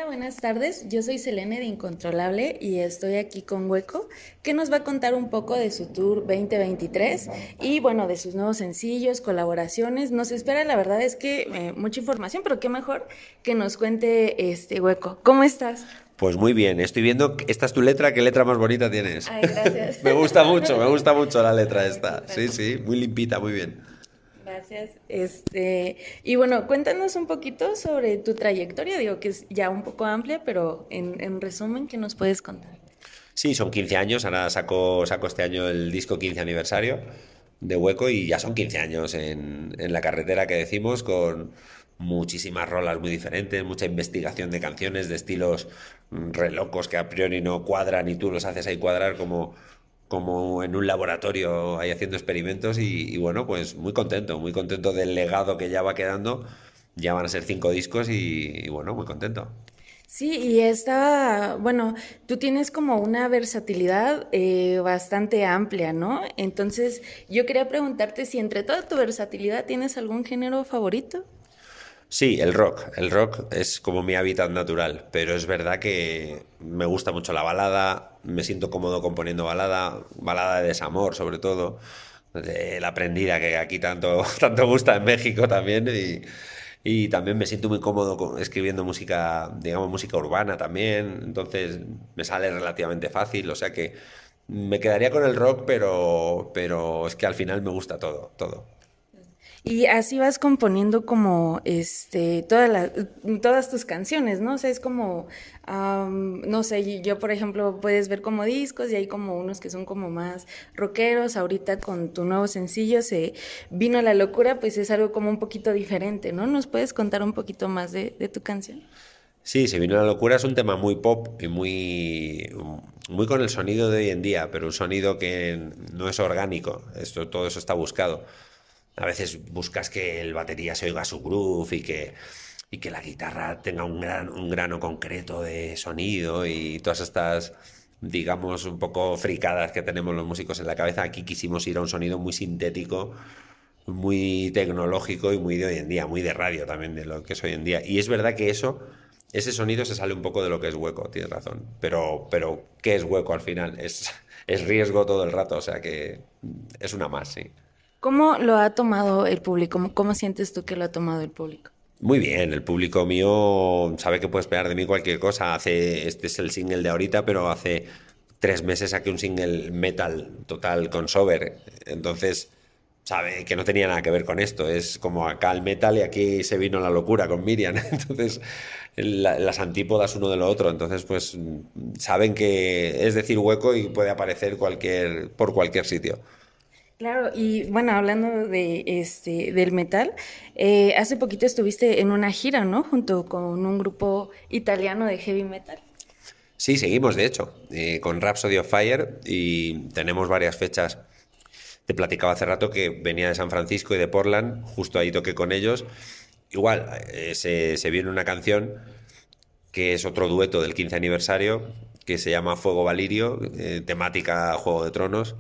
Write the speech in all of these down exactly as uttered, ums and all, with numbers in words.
buenas tardes. Yo soy Selene de Incontrolable y estoy aquí con Hueco, que nos va a contar un poco de su tour veinte veintitrés y bueno, de sus nuevos sencillos, colaboraciones. Nos espera, la verdad es que eh, mucha información, pero qué mejor que nos cuente este Hueco. ¿Cómo estás? Pues muy bien, estoy viendo que esta es tu letra, ¿qué letra más bonita tienes? Ay, gracias. Me gusta mucho, me gusta mucho la letra Ay, esta. muchas Sí, gracias. sí, muy limpita, muy bien. Gracias. Este, y bueno, cuéntanos un poquito sobre tu trayectoria, digo que es ya un poco amplia, pero en, en resumen, ¿qué nos puedes contar? Sí, son quince años, ahora saco, saco este año el disco quince aniversario de Hueco y ya son quince años en, en la carretera que decimos, con muchísimas rolas muy diferentes, mucha investigación de canciones, de estilos mm, re locos que a priori no cuadran y tú los haces ahí cuadrar como, como en un laboratorio ahí haciendo experimentos y, y bueno, pues muy contento, muy contento del legado que ya va quedando. Ya van a ser cinco discos y, y bueno, muy contento. Sí, y está, bueno, tú tienes como una versatilidad eh, bastante amplia, ¿no? Entonces, yo quería preguntarte si entre toda tu versatilidad tienes algún género favorito. Sí, el rock. El rock es como mi hábitat natural, pero es verdad que me gusta mucho la balada, me siento cómodo componiendo balada, balada de desamor sobre todo, de la prendida que aquí tanto, tanto gusta en México también y, y también me siento muy cómodo con- escribiendo música, digamos, música urbana también, entonces me sale relativamente fácil, o sea que me quedaría con el rock, pero, pero es que al final me gusta todo, todo. Y así vas componiendo como, este, todas las, todas tus canciones, ¿no? O sea, es como, am, no sé, y yo por ejemplo puedes ver como discos y hay como unos que son como más rockeros. Ahorita con tu nuevo sencillo se vino la locura, pues es algo como un poquito diferente, ¿no? ¿Nos puedes contar un poquito más de, de tu canción? Sí, Se vino la locura es un tema muy pop y muy, muy con el sonido de hoy en día, pero un sonido que no es orgánico. Esto, todo eso está buscado. A veces buscas que el batería se oiga su groove y que, y que la guitarra tenga un gran, un grano concreto de sonido y todas estas, digamos, un poco fricadas que tenemos los músicos en la cabeza. Aquí quisimos ir a un sonido muy sintético, muy tecnológico y muy de hoy en día, muy de radio también de lo que es hoy en día. Y es verdad que eso, ese sonido se sale un poco de lo que es hueco, tienes razón. Pero, pero ¿qué es hueco al final? Es, es riesgo todo el rato, o sea que es una más, sí. ¿Cómo lo ha tomado el público? ¿Cómo, cómo sientes tú que lo ha tomado el público? Muy bien, el público mío sabe que puede esperar de mí cualquier cosa. Hace, este es el single de ahorita, pero hace tres meses saqué un single metal total con Sober. Entonces, sabe que no tenía nada que ver con esto. Es como acá el metal y aquí se vino la locura con Miriam. Entonces, la- las antípodas uno de lo otro. Entonces, pues saben que es decir hueco y puede aparecer cualquier, por cualquier sitio. Claro, y bueno, hablando de este del metal, eh, hace poquito estuviste en una gira, ¿no? Junto con un grupo italiano de heavy metal. Sí, seguimos, de hecho, eh, con Rhapsody of Fire y tenemos varias fechas. Te platicaba hace rato que venía de San Francisco y de Portland, justo ahí toqué con ellos. Igual, eh, se, se viene una canción que es otro dueto del quince aniversario, que se llama Fuego Valirio, eh, temática Juego de Tronos,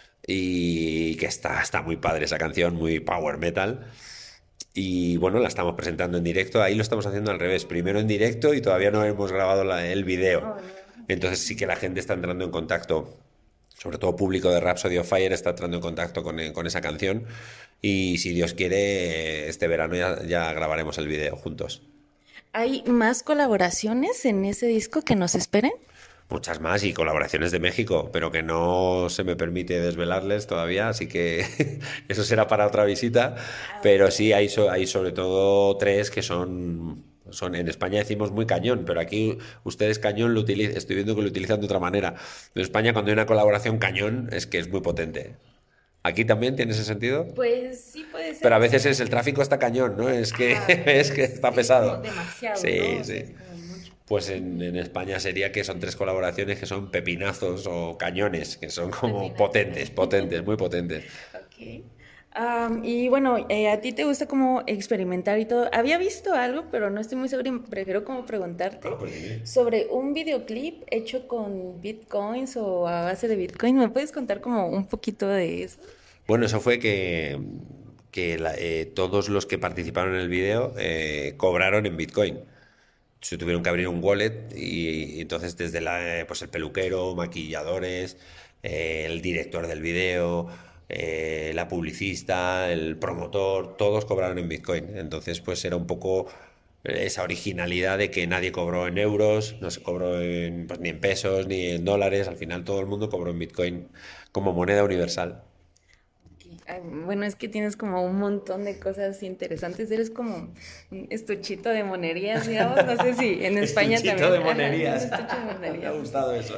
y que está, está muy padre esa canción, muy power metal. Y bueno, la estamos presentando en directo. Ahí lo estamos haciendo al revés. Primero en directo y todavía no hemos grabado la- el video. Oh, no. Entonces sí que la gente está entrando en contacto, sobre todo público de Rhapsody of Fire está entrando en contacto con, eh, con esa canción. Y si Dios quiere, este verano ya, ya grabaremos el video juntos. ¿Hay más colaboraciones en ese disco que nos esperen? Muchas más y colaboraciones de México, pero que no se me permite desvelarles todavía, así que eso será para otra visita. Ah, Pero ok. sí, hay, so- hay sobre todo tres que son, son, en España decimos muy cañón, pero aquí ustedes cañón lo utilizan, estoy viendo que lo utilizan de otra manera. En España cuando hay una colaboración cañón es que es muy potente. ¿Aquí también tiene ese sentido? Pues sí puede Pero ser, a o veces sea, es el tráfico está cañón, ¿no? Es que, ajá, es que es, está es como pesado. demasiado, ¿no? Sí, O sea, sí. es como mucho. Pues en, en España sería que son tres colaboraciones que son pepinazos o cañones, que son como Pepinazo. potentes, potentes, muy potentes. Ok. Am, y bueno, eh, a ti te gusta como experimentar y todo. Había visto algo, pero no estoy muy segura y prefiero como preguntarte Ah, pues dime. sobre un videoclip hecho con bitcoins o a base de bitcoin. ¿Me puedes contar como un poquito de eso? Bueno, eso fue que, que la- eh, todos los que participaron en el vídeo eh, cobraron en Bitcoin. se tuvieron que abrir un wallet y, y entonces desde la, eh, pues el peluquero, maquilladores, eh, el director del vídeo, eh, la publicista, el promotor, todos cobraron en Bitcoin. Entonces pues era un poco esa originalidad de que nadie cobró en euros, no se cobró en, pues, ni en pesos ni en dólares, al final todo el mundo cobró en Bitcoin como moneda universal. Ay, bueno, es que tienes como un montón de cosas interesantes. Eres como un estuchito de monerías, digamos. No sé si en España Estuchito también. de monerías. Ajá, un estuche de Me ha monerías. gustado eso.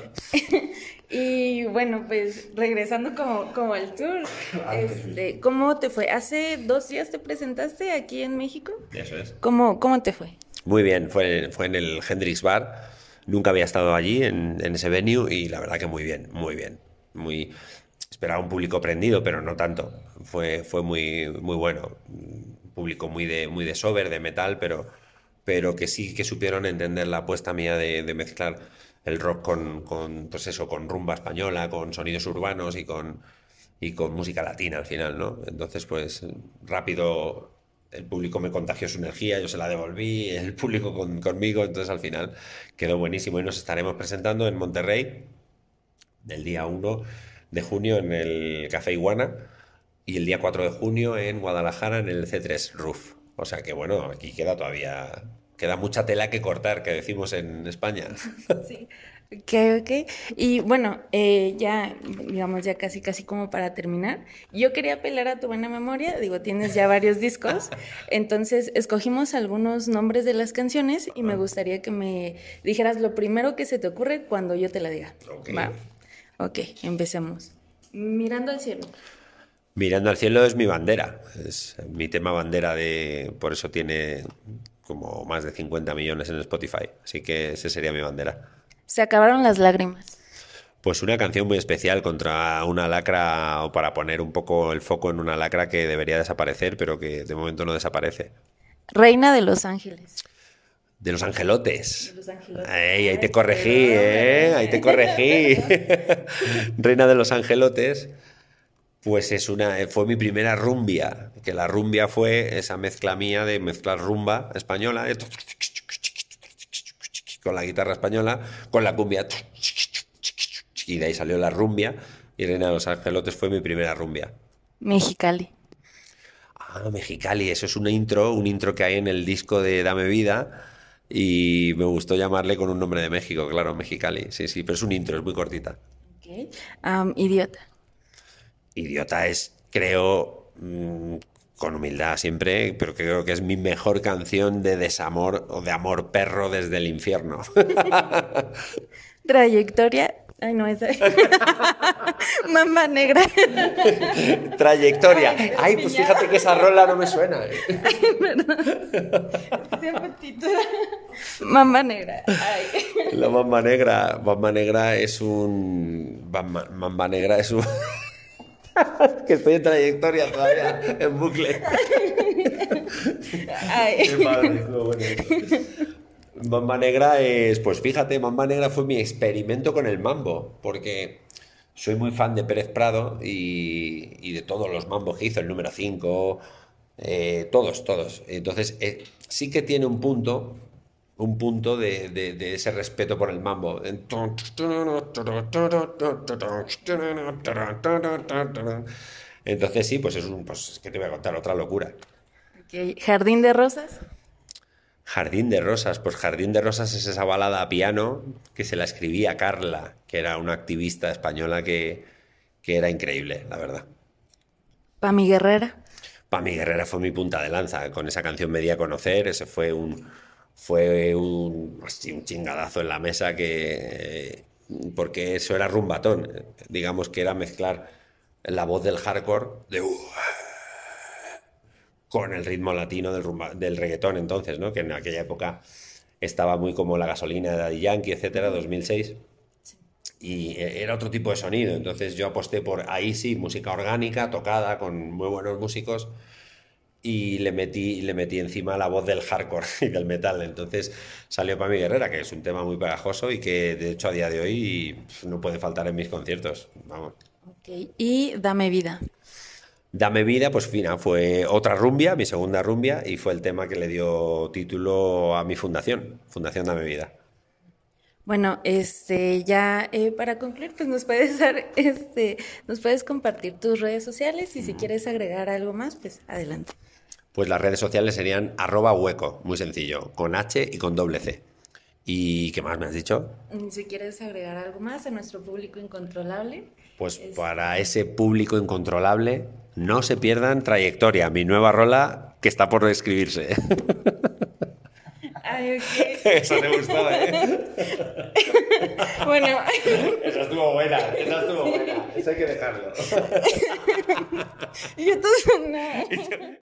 Y bueno, pues regresando como, como al tour, este, ¿cómo te fue? ¿Hace dos días te presentaste aquí en México? Eso es. ¿Cómo, cómo te fue? Muy bien, fue, fue en el Hendrix Bar. Nunca había estado allí en, en ese venue y la verdad que muy bien, muy bien. Muy, esperaba un público prendido, pero no tanto. Fue, fue muy, muy bueno. Un público muy de, muy de sober, de metal, pero, pero que sí que supieron entender la apuesta mía de, de mezclar el rock con, con, pues eso, con rumba española, con sonidos urbanos y con, y con música latina al final, ¿no? Entonces, pues rápido el público me contagió su energía, yo se la devolví, el público con, conmigo, entonces al final quedó buenísimo y nos estaremos presentando en Monterrey el día uno de junio en el Café Iguana y el día cuatro de junio en Guadalajara en el C tres Roof. O sea que bueno, aquí queda todavía, queda mucha tela que cortar, que decimos en España. Sí. Ok, ok. Y bueno, eh, ya, digamos, ya casi, casi como para terminar, yo quería apelar a tu buena memoria, digo, tienes ya varios discos, entonces escogimos algunos nombres de las canciones y me gustaría que me dijeras lo primero que se te ocurre cuando yo te la diga. Ok. ¿Va? Ok, empecemos. Mirando al cielo. Mirando al cielo es mi bandera, es mi tema bandera de, por eso tiene como más de cincuenta millones en Spotify, así que ese sería mi bandera. Se acabaron las lágrimas. Pues una canción muy especial contra una lacra o para poner un poco el foco en una lacra que debería desaparecer, pero que de momento no desaparece. Reina de los Ángeles. De los angelotes. De los Angelotes. Ay, ahí te Ay, corregí, perdón, ¿eh? Ahí te perdón. corregí. Reina de los angelotes. Pues es una, fue mi primera rumbia, que la rumbia fue esa mezcla mía de mezclar rumba española, de con la guitarra española, con la cumbia, y de ahí salió la rumbia, y Reina de los Angelotes fue mi primera rumbia. Mexicali. Ah, Mexicali, eso es una intro, un intro que hay en el disco de Dame Vida, y me gustó llamarle con un nombre de México, claro, Mexicali, sí, sí, pero es un intro, es muy cortita. Ok. Am, idiota. Idiota es, creo, mmm, con humildad siempre, pero creo que es mi mejor canción de desamor o de amor perro desde el infierno. Trayectoria. Ay, no, esa. Mamba negra. Trayectoria. Ay, Ay, pues despillado. fíjate que esa rola no me suena. Mamba negra. Ay. La Mamba Negra, Mamba Negra es un... Mamba, Mamba Negra es un... que estoy en trayectoria todavía, en bucle. Ay. Qué padre, estuvo bueno eso. Mamba Negra es, pues fíjate, Mamba Negra fue mi experimento con el mambo, porque soy muy fan de Pérez Prado y, y de todos los mambos que hizo, el número cinco, eh, todos, todos. Entonces, eh, sí que tiene un punto, un punto de, de- de ese respeto por el mambo. Entonces, sí, pues es un, pues, ¿qué te voy a contar? Otra locura. Ok. Jardín de rosas. Jardín de Rosas, pues Jardín de Rosas es esa balada a piano que se la escribía Carla, que era una activista española que, que era increíble, la verdad. Pa' mi guerrera. Pami Guerrera fue mi punta de lanza, con esa canción me di a conocer, ese fue un, fue un, así, un chingadazo en la mesa que, porque eso era rumbatón, digamos que era mezclar la voz del hardcore de con el ritmo latino del, rumba- del reggaetón entonces, ¿no? Que en aquella época estaba muy como La Gasolina de Daddy Yankee, etcétera, dos mil seis. Y eh, era otro tipo de sonido, entonces yo aposté por ahí sí, música orgánica, tocada, con muy buenos músicos, y le metí, le metí encima la voz del hardcore y del metal. Entonces salió para mi Guerrera, que es un tema muy pegajoso y que de hecho a día de hoy pf, no puede faltar en mis conciertos. Vamos. Ok. Y dame vida. Dame Vida, pues fina, fue otra rumbia, mi segunda rumbia, y fue el tema que le dio título a mi fundación, Fundación Dame Vida. Bueno, este, ya eh, para concluir, pues nos puedes dar, este, nos puedes compartir tus redes sociales y si quieres agregar algo más, pues adelante. Pues las redes sociales serían arroba hueco, muy sencillo, con H y con doble C. ¿Y qué más me has dicho? Mm, Si quieres agregar algo más a nuestro público incontrolable, Pues es- para ese público incontrolable, no se pierdan Trayectoria, mi nueva rola que está por escribirse. Ay, ok. Eso te gustó, ¿eh? Bueno, Esa estuvo buena, esa estuvo buena. Eso hay que dejarlo. yo entonces no.